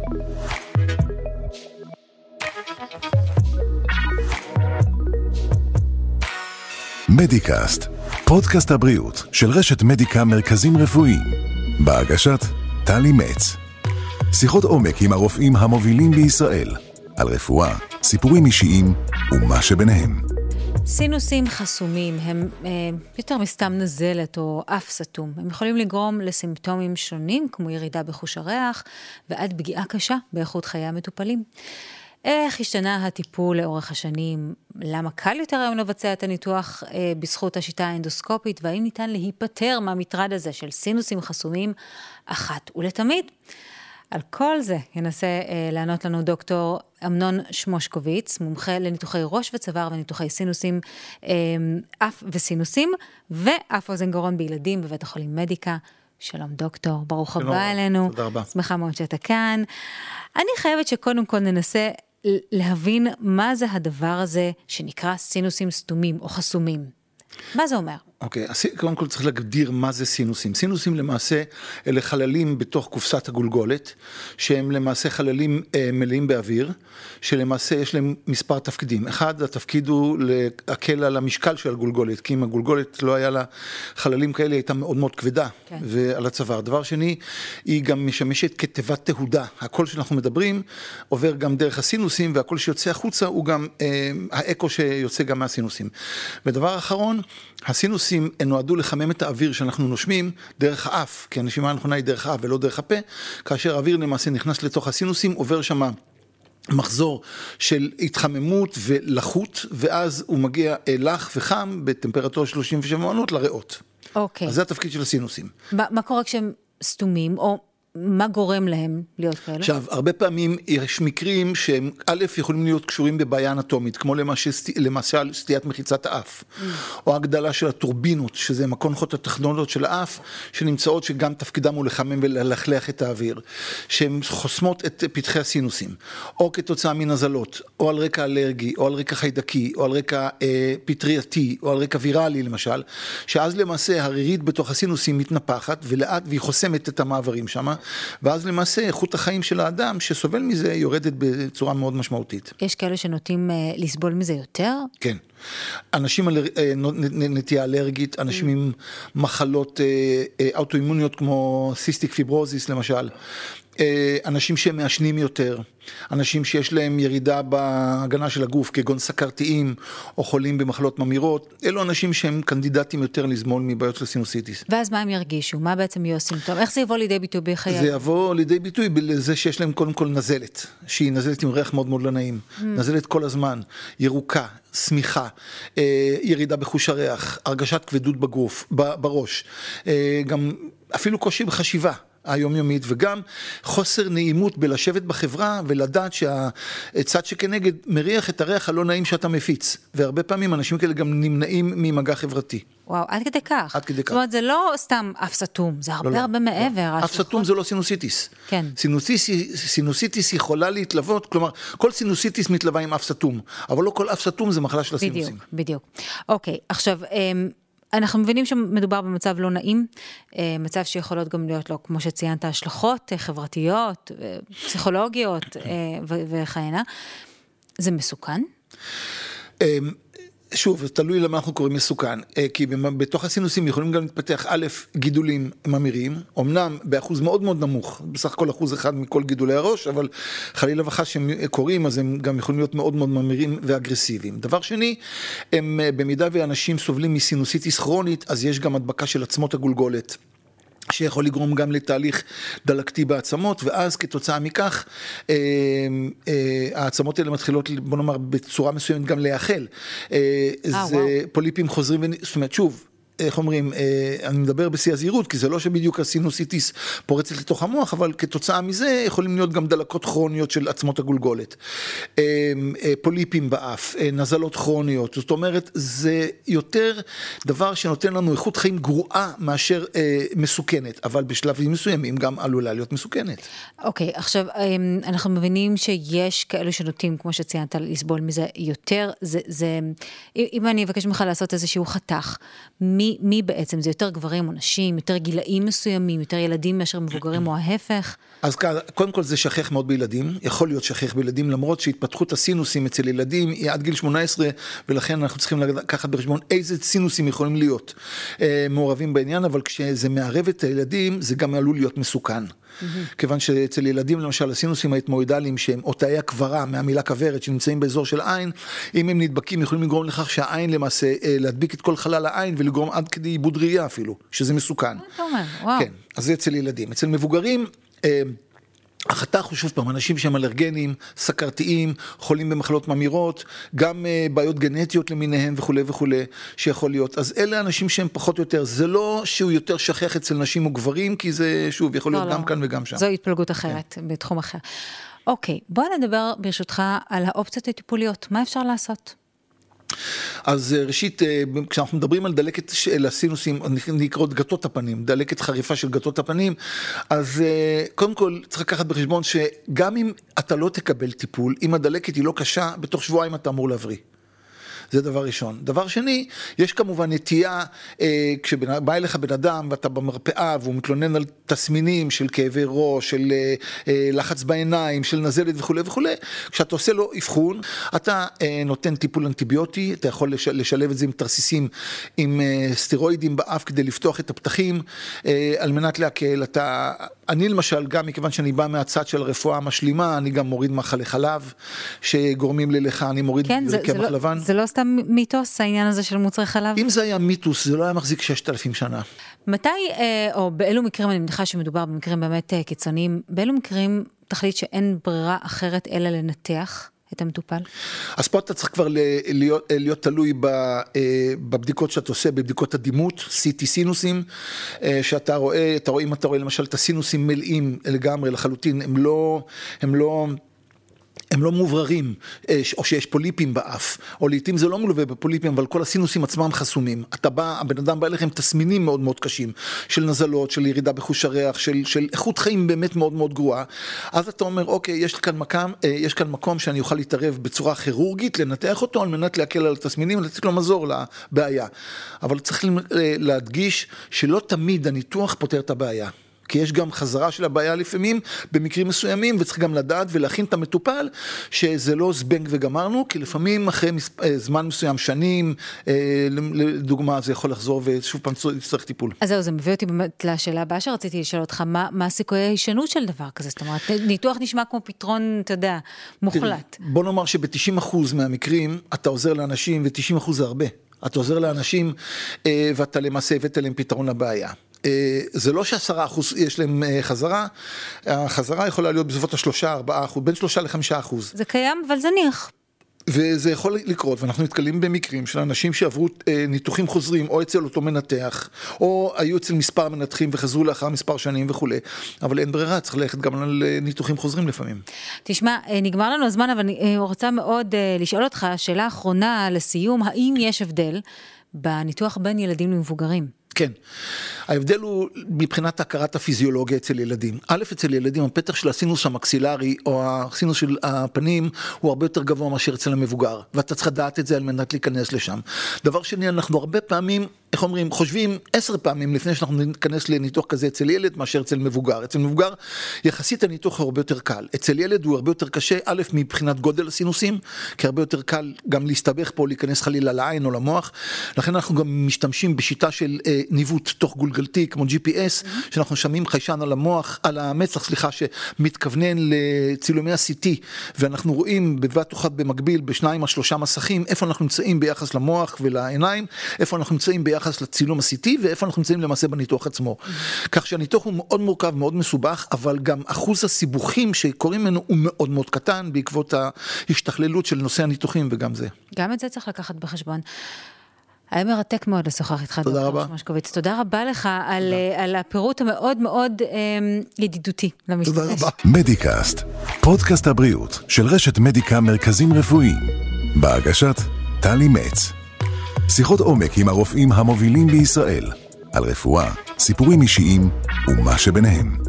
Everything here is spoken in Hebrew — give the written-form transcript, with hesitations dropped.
מדיקאסט, פודקאסט הבריאות של רשת מדיקה מרכזים רפואיים, בהגשת טלי מצ. שיחות עומק עם הרופאים המובילים בישראל, על רפואה, סיפורים אישיים ומה שביניהם. סינוסים חסומים הם יותר מסתם נזלת או אף סתום. הם יכולים לגרום לסימפטומים שונים, כמו ירידה בחוש הריח, ועד פגיעה קשה באיכות חיי המטופלים. איך השתנה הטיפול לאורך השנים? למה קל יותר היום לבצע את הניתוח בזכות השיטה האנדוסקופית? והאם ניתן להיפטר מהמטרד הזה של סינוסים חסומים אחת ולתמיד? על כל זה ינסה לענות לנו דוקטור אמנון שמושקוביץ, מומחה לניתוחי ראש וצוואר וניתוחי סינוסים, אף וסינוסים, ואף אוזן גרון בילדים בבית החולים מדיקה. שלום דוקטור, ברוך הבא אלינו. תודה רבה. שמחה מאוד שאתה כאן. אני חייבת שקודם כל ננסה להבין מה זה הדבר הזה שנקרא סינוסים סתומים או חסומים. מה זה אומר? אוקיי, קודם כל צריך להגדיר מה זה סינוסים. סינוסים למעשה אלה חללים בתוך קופסת הגולגולת, שהם למעשה חללים מלאים באוויר, שלמעשה יש להם מספר תפקידים. אחד, התפקיד הוא להקל על המשקל של הגולגולת, כי אם הגולגולת לא היה לה חללים כאלה, היא הייתה מאוד מאוד כבדה, כן. ועל הצוואר. דבר שני, היא גם משמשת כתיבת תהודה. הקול שאנחנו מדברים עובר גם דרך הסינוסים, והקול שיוצא החוצה הוא גם האקו שיוצא גם מהסינוסים. ודבר אחרון, הסינוסים נועדו לחמם את האוויר שאנחנו נושמים דרך האף, כי הנשימה הנכונה היא דרך האף ולא דרך הפה, כאשר האוויר למעשה נכנס לתוך הסינוסים, עובר שם מחזור של התחממות ולחות, ואז הוא מגיע לח וחם בטמפרטורה 37 מעלות לריאות. אוקיי. אז זה התפקיד של הסינוסים. מה קורה כשהם סתומים, או מה גורם להם להיות כאלה? עכשיו, הרבה פעמים יש מקרים שהם א' יכולים להיות קשורים בבעיה אנטומית, כמו למשל סטיית מחיצת האף, או הגדלה של הטורבינות, שזה מקונחות הטכנולוגיות של האף, שנמצאות שגם תפקידם הוא לחמם וללכלך את האוויר, שהן חוסמות את פתחי הסינוסים, או כתוצאה מנזלות, או על רקע אלרגי, או על רקע חיידקי, או על רקע פטרייתי, או על רקע ויראלי למשל, שאז למעשה הרירית בתוך הסינוסים מתנפחת, ולאט והיא חוסמת את המעברים שם, ואז למעשה איכות החיים של האדם שסובל מזה יורדת בצורה מאוד משמעותית. יש כאלה שנוטים לסבול מזה יותר? כן. אנשים נטייה אלרגית, אנשים עם מחלות אוטואימוניות כמו סיסטיק פיברוזיס למשל, אנשים שמעשנים יותר, אנשים שיש להם ירידה בהגנה של הגוף, כגון סכרתיים או חולים במחלות ממירות, אלו אנשים שהם קנדידטים יותר לסבול מבעיות של סינוסיטיס. ואז מה הם ירגישו? מה בעצם יהיו סימפטום? איך זה יבוא לידי ביטוי בחיי? זה יבוא לידי ביטוי בזה שיש להם קודם כל נזלת, שהיא נזלת עם ריח מאוד מאוד לא נעים, נזלת כל הזמן, ירוקה, סמיכה, ירידה בחוש הריח, הרגשת כבדות בגוף, בראש, גם אפילו קושי בחשיבה היומיומית, וגם חוסר נעימות בלשבת בחברה ולדעת שהצד שכנגד מריח את הריח הלא נעים שאתה מפיץ, והרבה פעמים אנשים כאלה גם נמנעים ממגע חברתי. וואו, עד כדי כך. עד כדי כך. זאת אומרת, זה לא סתם אף סתום, זה הרבה מעבר. אף סתום זה לא סינוסיטיס. כן. סינוסיטיס יכולה להתלוות, כלומר, כל סינוסיטיס מתלווה עם אף סתום, אבל לא כל אף סתום זה מחלה של הסינוסים. בדיוק. אוקיי, עכשיו, אנחנו מבינים שמדובר במצב לא נעים, מצב שיכולות גם להיות לו, כמו שציינת, השלכות חברתיות, פסיכולוגיות וכהנה. זה מסוכן? שוב, תלוי למה אנחנו קוראים מסוכן, כי בתוך הסינוסים יכולים גם להתפתח א', גידולים ממירים, אמנם באחוז מאוד מאוד נמוך, בסך הכל 1% מכל גידולי הראש, אבל חלילה וחס שהם קורים, אז הם גם יכולים להיות מאוד מאוד ממירים ואגרסיביים. דבר שני, הם במידה ואנשים סובלים מסינוסיטיס כרונית, אז יש גם הדבקה של עצמות הגולגולת, שיכול לגרום גם לתהליך דלקתי בעצמות, ואז כתוצאה מכך, העצמות האלה מתחילות, בוא נאמר, בצורה מסוימת גם להיאכל. זה פוליפים חוזרים, זאת אומרת, שוב, איך אומרים, אני מדבר בשיא הזהירות, כי זה לא שבדיוק הסינוסיטיס פורצת לתוך המוח, אבל כתוצאה מזה יכולים להיות גם דלקות כרוניות של עצמות הגולגולת. פוליפים באף, נזלות כרוניות, זאת אומרת, זה יותר דבר שנותן לנו איכות חיים גרועה מאשר מסוכנת, אבל בשלבים מסוימים גם עלולה להיות מסוכנת. אוקיי, עכשיו, אנחנו מבינים שיש כאלו שנוטים, כמו שציינת, לסבול מזה יותר, אם אני אבקש ממך לעשות איזשהו חתך, מי מי בעצם? זה יותר גברים או נשים, יותר גילאים מסוימים, יותר ילדים מאשר מבוגרים או ההפך? אז קודם כל זה שכח מאוד בילדים, יכול להיות שכח בילדים, למרות שהתפתחות הסינוסים אצל ילדים היא עד גיל 18, ולכן אנחנו צריכים לקחת בחשבון איזה סינוסים יכולים להיות מעורבים בעניין, אבל כשזה מערב את הילדים, זה גם עלול להיות מסוכן. כיוון שאצל ילדים למשל הסינוסים ההתמואידליים שהם או תאי הקברה מהמילה כברת שנמצאים באזור של עין, אם הם נדבקים יכולים לגרום לכך שהעין למעשה להדביק את כל חלל העין ולגרום עד כדי עיבוד ראייה אפילו, שזה מסוכן. כן, אז זה אצל ילדים. אצל מבוגרים החתך הוא שוב פעם, אנשים שהם אלרגנים, סכרתיים, חולים במחלות ממאירות, גם בעיות גנטיות למיניהם וכו' וכו' שיכול להיות. אז אלה אנשים שהם פחות או יותר, זה לא שהוא יותר שכח אצל נשים או גברים, כי זה שוב יכול להיות גם כאן וגם שם. זו התפלגות אחרת, בתחום אחר. אוקיי, בוא נדבר ברשותך על האופציות הטיפוליות, מה אפשר לעשות? אז ראשית, כשאנחנו מדברים על דלקת של הסינוסים, נקראות גתות הפנים, דלקת חריפה של גתות הפנים, אז קודם כל צריך לקחת בחשבון שגם אם אתה לא תקבל טיפול, אם הדלקת היא לא קשה, בתוך שבועיים אתה אמור להבריא. זה דבר ראשון. דבר שני, יש כמובן נטייה, כשבא אליך בן אדם ואתה במרפאה והוא מתלונן על תסמינים של כאבי ראש, של לחץ בעיניים, של נזלת וכו' וכו', כשאתה עושה לו אבחון, אתה נותן טיפול אנטיביוטי, אתה יכול לשלב את זה עם תרסיסים, עם סטרואידים באף כדי לפתוח את הפתחים, על מנת להקל. אני למשל, גם מכיוון שאני בא מהצד של הרפואה המשלימה, אני גם מוריד מאכלי חלב, שגורמים ללכה, אני מוריד קמח לבן. זה לא סתם מיתוס, העניין הזה של מוצרי חלב? אם זה היה מיתוס, זה לא היה מחזיק 6,000 שנה. מתי, או באילו מקרים, אני מניחה שמדובר במקרים באמת קיצוניים, באילו מקרים תחליט שאין ברירה אחרת אלא לנתח את המטופל? אז פה אתה צריך כבר להיות תלוי בבדיקות שאתה עושה, בבדיקות הדימות, CT סינוסים, שאתה רואה, אם אתה רואה למשל את הסינוסים מלאים לגמרי לחלוטין, הם לא מובררים, או שיש פוליפים באף, או לעתים זה לא מלווה בפוליפים, אבל כל הסינוסים עצמם חסומים. הבן אדם בא אליכם תסמינים מאוד מאוד קשים, של נזלות, של ירידה בחוש הריח, של איכות חיים באמת מאוד מאוד גרועה. אז אתה אומר, אוקיי, יש כאן מקום שאני אוכל להתערב בצורה כירורגית, לנתח אותו, על מנת להקל על התסמינים, לתת לו מזור לבעיה. אבל צריך להדגיש שלא תמיד הניתוח פותר את הבעיה. כי יש גם חזרה של הבעיה לפעמים, במקרים מסוימים, וצריך גם לדעת ולהכין את המטופל, שזה לא זבנג וגמרנו, כי לפעמים אחרי זמן מסוים, שנים, לדוגמה, זה יכול לחזור, ושוב פעם צריך טיפול. אז זהו, זה מביא אותי באמת לשאלה הבאה שרציתי לשאול אותך, מה הסיכויי ההישנות של דבר כזה? זאת אומרת, ניתוח נשמע כמו פתרון, אתה יודע, מוחלט. בוא נאמר שב-90% מהמקרים, אתה עוזר לאנשים, ו-90% זה הרבה. אתה עוזר לאנשים, ואתה למעשה הבאת להם פתרון לבעיה. זה לא ש10% יש להם חזרה, החזרה יכולה להיות בסביבות 3-4%, בין 3-5%. זה קיים, אבל זניח. וזה יכול לקרות, ואנחנו נתקלים במקרים של אנשים שעברו ניתוחים חוזרים, או אצל אותו מנתח, או היו אצל מספר מנתחים וחזרו לאחר מספר שנים וכו'. אבל אין ברירה, צריך ללכת גם על ניתוחים חוזרים לפעמים. תשמע, נגמר לנו הזמן, אבל אני רוצה מאוד לשאול אותך, שאלה אחרונה לסיום, האם יש הבדל בניתוח בין ילדים למבוגרים? כן, ההבדל הוא מבחינת הכרת הפיזיולוגיה אצל ילדים. א', אצל ילדים, הפתח של הסינוס המקסילרי, או הסינוס של הפנים, הוא הרבה יותר גבוה מאשר אצל המבוגר, ואתה צריך לדעת את זה על מנת להיכנס לשם. דבר שני, אנחנו הרבה פעמים, איך אומרים, חושבים 10 פעמים לפני שאנחנו ניכנס לניתוח כזה אצל ילד, מאשר אצל מבוגר. אצל מבוגר, יחסית הניתוח הוא הרבה יותר קל. אצל ילד הוא הרבה יותר קשה, א', מבחינת גודל הסינוסים, כי הרבה יותר קל גם להסתבך פה, להיכנס חלילה לעין או למוח. לכן אנחנו גם משתמשים בשיטה של ניווט תוך גולגלתי, כמו GPS, שאנחנו שמים חיישן על המוח, על המצח, שמתכוונן לצילומי ה-CT, ואנחנו רואים בבת אחת במקביל, ב2 או 3 מסכים, איפה אנחנו נמצאים ביחס למוח ולעיניים, איפה אנחנו נמצאים ביחס לצילום ה-CT, ואיפה אנחנו נמצאים למעשה בניתוח עצמו. כך שהניתוח הוא מאוד מורכב, מאוד מסובך, אבל גם אחוז הסיבוכים שקוראים ממנו הוא מאוד מאוד קטן, בעקבות ההשתכללות של נושא הניתוחים, וגם זה. גם את זה צריך לקחת בחשבון. היה מרתק מאוד לשוחח איתך. תודה רבה. תודה רבה לך על הפירוט המאוד מאוד ידידותי למשתמש. תודה רבה. מדיקאסט, פודקאסט הבריאות של רשת מדיקה מרכזים רפואיים. בהגשת טלי מצ. שיחות עומק עם הרופאים המובילים בישראל. על רפואה, סיפורים אישיים ומה שביניהם.